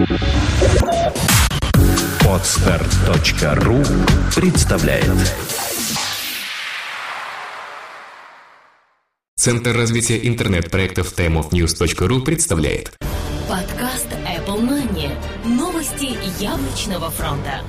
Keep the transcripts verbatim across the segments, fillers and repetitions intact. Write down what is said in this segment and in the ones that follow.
Подстарт точка ру представляет. Центр развития интернет-проектов таймофньюз точка ру представляет подкаст Apple Money. Новости яблочного фронта.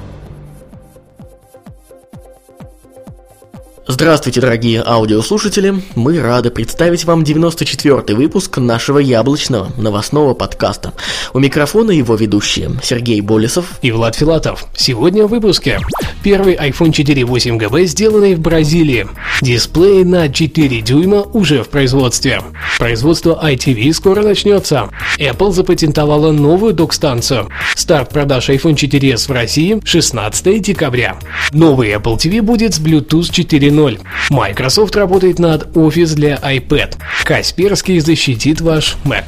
Здравствуйте, дорогие аудиослушатели! Мы рады представить вам девяносто четвёртый выпуск нашего яблочного новостного подкаста. У микрофона его ведущие Сергей Болесов и Влад Филатов. Сегодня в выпуске. Первый iPhone четыре восемь джи би, сделанный в Бразилии. Дисплей на четыре дюйма уже в производстве. Производство ай ти ви скоро начнется. Apple запатентовала новую док-станцию. Старт продаж iPhone четыре эс в России шестнадцатого декабря. Новый Apple ти ви будет с Bluetooth четыре ноль. Microsoft работает над Office для iPad. Касперский защитит ваш Mac.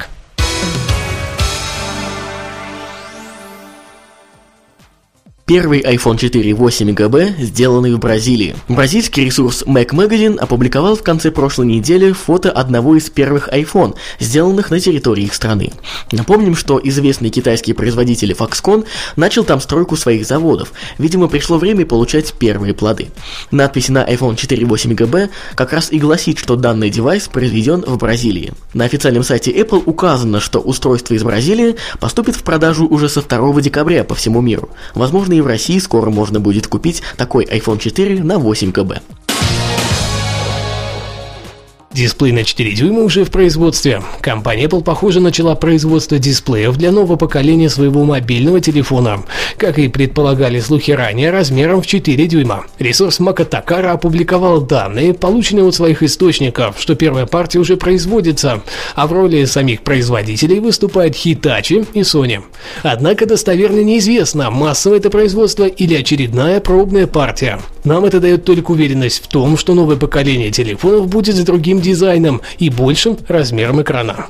Первый iPhone четыре восемь джи би, сделанный в Бразилии. Бразильский ресурс Mac Magazine опубликовал в конце прошлой недели фото одного из первых iPhone, сделанных на территории их страны. Напомним, что известный китайский производитель Foxconn начал там стройку своих заводов. Видимо, пришло время получать первые плоды. Надпись на iPhone четыре восемь джи би как раз и гласит, что данный девайс произведен в Бразилии. На официальном сайте Apple указано, что устройство из Бразилии поступит в продажу уже со второго декабря по всему миру. Возможно, и в России скоро можно будет купить такой iPhone четыре на восемь джи би. Дисплей на четыре дюйма уже в производстве. Компания Apple, похоже, начала производство дисплеев для нового поколения своего мобильного телефона. Как и предполагали слухи ранее, размером в четыре дюйма. Ресурс Макатакара опубликовал данные, полученные от своих источников, что первая партия уже производится, а в роли самих производителей выступают Hitachi и Sony. Однако достоверно неизвестно, массовое это производство или очередная пробная партия. Нам это дает только уверенность в том, что новое поколение телефонов будет с другим дизайном и большим размером экрана.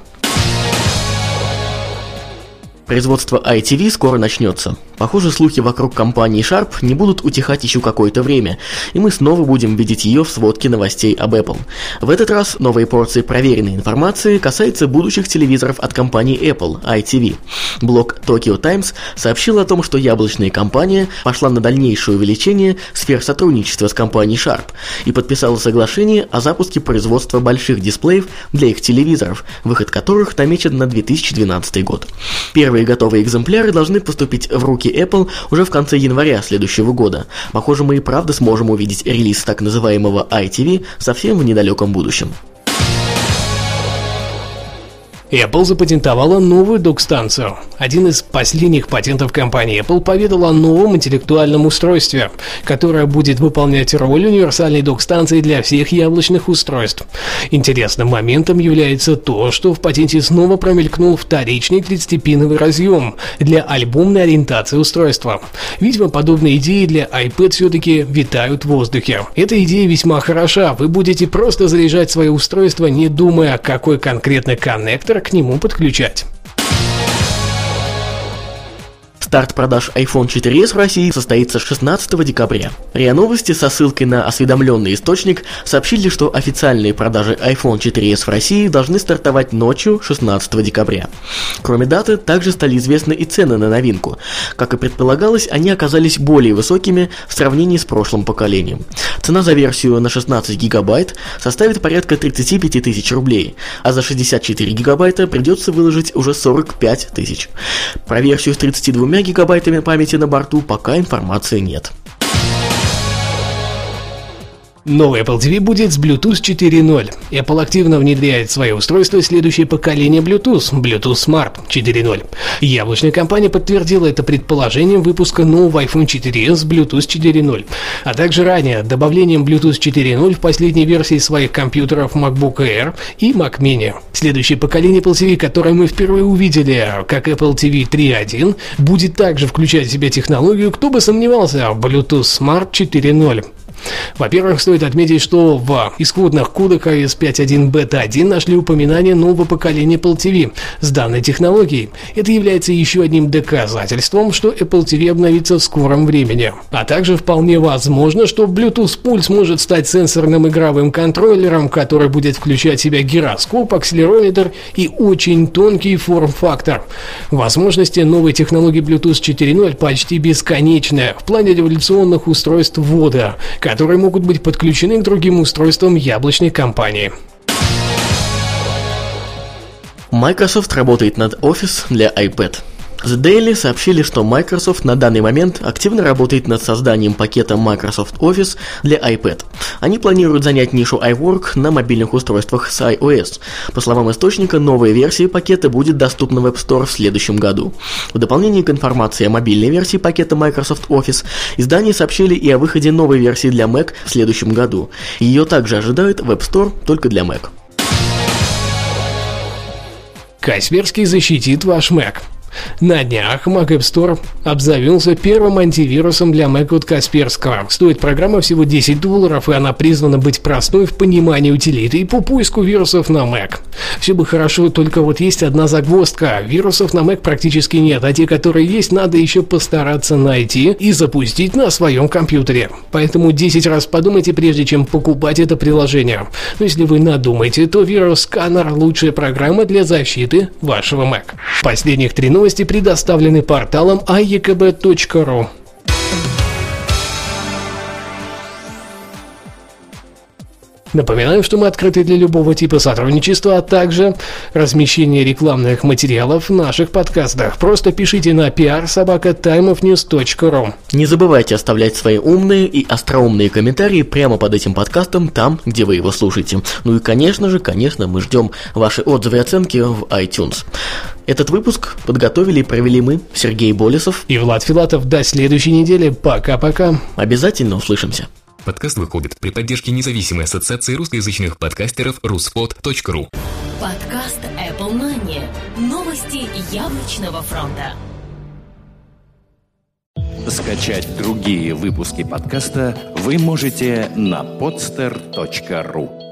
Производство ай ти ви скоро начнется. Похоже, слухи вокруг компании Sharp не будут утихать еще какое-то время, и мы снова будем видеть ее в сводке новостей об Apple. В этот раз новые порции проверенной информации касаются будущих телевизоров от компании Apple, ай ти ви. Блог Tokyo Times сообщил о том, что яблочная компания пошла на дальнейшее увеличение сфер сотрудничества с компанией Sharp и подписала соглашение о запуске производства больших дисплеев для их телевизоров, выход которых намечен на две тысячи двенадцатый год. Первые готовые экземпляры должны поступить в руки Apple уже в конце января следующего года. Похоже, мы и правда сможем увидеть релиз так называемого ай ти ви совсем в недалеком будущем. Apple запатентовала новую док-станцию. Один из последних патентов компании Apple поведал о новом интеллектуальном устройстве, которое будет выполнять роль универсальной док-станции для всех яблочных устройств. Интересным моментом является то, что в патенте снова промелькнул вторичный тридцатипиновый разъем для альбомной ориентации устройства. Видимо, подобные идеи для iPad все-таки витают в воздухе. Эта идея весьма хороша. Вы будете просто заряжать свое устройство, не думая, какой конкретно коннектор к нему подключать. Старт продаж iPhone четыре эс в России состоится шестнадцатого декабря. РИА Новости со ссылкой на осведомленный источник сообщили, что официальные продажи iPhone четыре эс в России должны стартовать ночью шестнадцатого декабря. Кроме даты, также стали известны и цены на новинку. Как и предполагалось, они оказались более высокими в сравнении с прошлым поколением. Цена за версию на шестнадцать гигабайт составит порядка тридцать пять тысяч рублей, а за шестьдесят четыре гигабайта придется выложить уже сорок пять тысяч. Про версию с тридцатью двумя гигабайтами памяти на борту пока информации нет. Новый Apple ти ви будет с Bluetooth четыре ноль. Apple активно внедряет в свое устройство следующее поколение Bluetooth, Bluetooth Smart четыре ноль. Яблочная компания подтвердила это предположением выпуска нового iPhone четыре эс с Bluetooth четыре ноль, а также ранее добавлением Bluetooth четыре ноль в последней версии своих компьютеров MacBook Air и Mac Mini. Следующее поколение Apple ти ви, которое мы впервые увидели, как Apple ти ви три точка один, будет также включать в себя технологию, кто бы сомневался, Bluetooth Smart четыре ноль. Во-первых, стоит отметить, что в исходных кодах ай эс пять точка один бета один нашли упоминание нового поколения Apple ти ви с данной технологией. Это является еще одним доказательством, что Apple ти ви обновится в скором времени. А также вполне возможно, что Bluetooth пульс может стать сенсорным игровым контроллером, который будет включать в себя гироскоп, акселерометр и очень тонкий форм-фактор. Возможности новой технологии Bluetooth четыре ноль почти бесконечны в плане революционных устройств ввода, которые могут быть подключены к другим устройствам яблочной компании. Microsoft работает над Office для iPad. The Daily сообщили, что Microsoft на данный момент активно работает над созданием пакета Microsoft Office для iPad. Они планируют занять нишу iWork на мобильных устройствах с iOS. По словам источника, новая версия пакета будет доступна в App Store в следующем году. В дополнение к информации о мобильной версии пакета Microsoft Office, издание сообщили и о выходе новой версии для Mac в следующем году. Ее также ожидают в App Store только для Mac. Касперский защитит ваш Mac. На днях Mac App Store обзавелся первым антивирусом для Mac от Касперского. Стоит программа всего десять долларов, и она призвана быть простой в понимании утилиты и по поиску вирусов на Mac. Все бы хорошо, только вот есть одна загвоздка. Вирусов на Mac практически нет, а те, которые есть, надо еще постараться найти и запустить на своем компьютере. Поэтому десять раз подумайте, прежде чем покупать это приложение. Но если вы надумаете, то Virus Scanner – лучшая программа для защиты вашего Mac. Последних три новости предоставлены порталом ай и кей би точка ру. Напоминаем, что мы открыты для любого типа сотрудничества, а также размещения рекламных материалов в наших подкастах. Просто пишите на пи ар собака тайм оф ньюс точка ру. Не забывайте оставлять свои умные и остроумные комментарии прямо под этим подкастом, там, где вы его слушаете. Ну и, конечно же, конечно, мы ждем ваши отзывы и оценки в iTunes. Этот выпуск подготовили и провели мы, Сергей Болесов и Влад Филатов. До следующей недели. Пока-пока. Обязательно услышимся. Подкаст выходит при поддержке независимой ассоциации русскоязычных подкастеров руспод точка ру. Подкаст Apple Money. Новости яблочного фронта. Скачать другие выпуски подкаста вы можете на podster точка ру.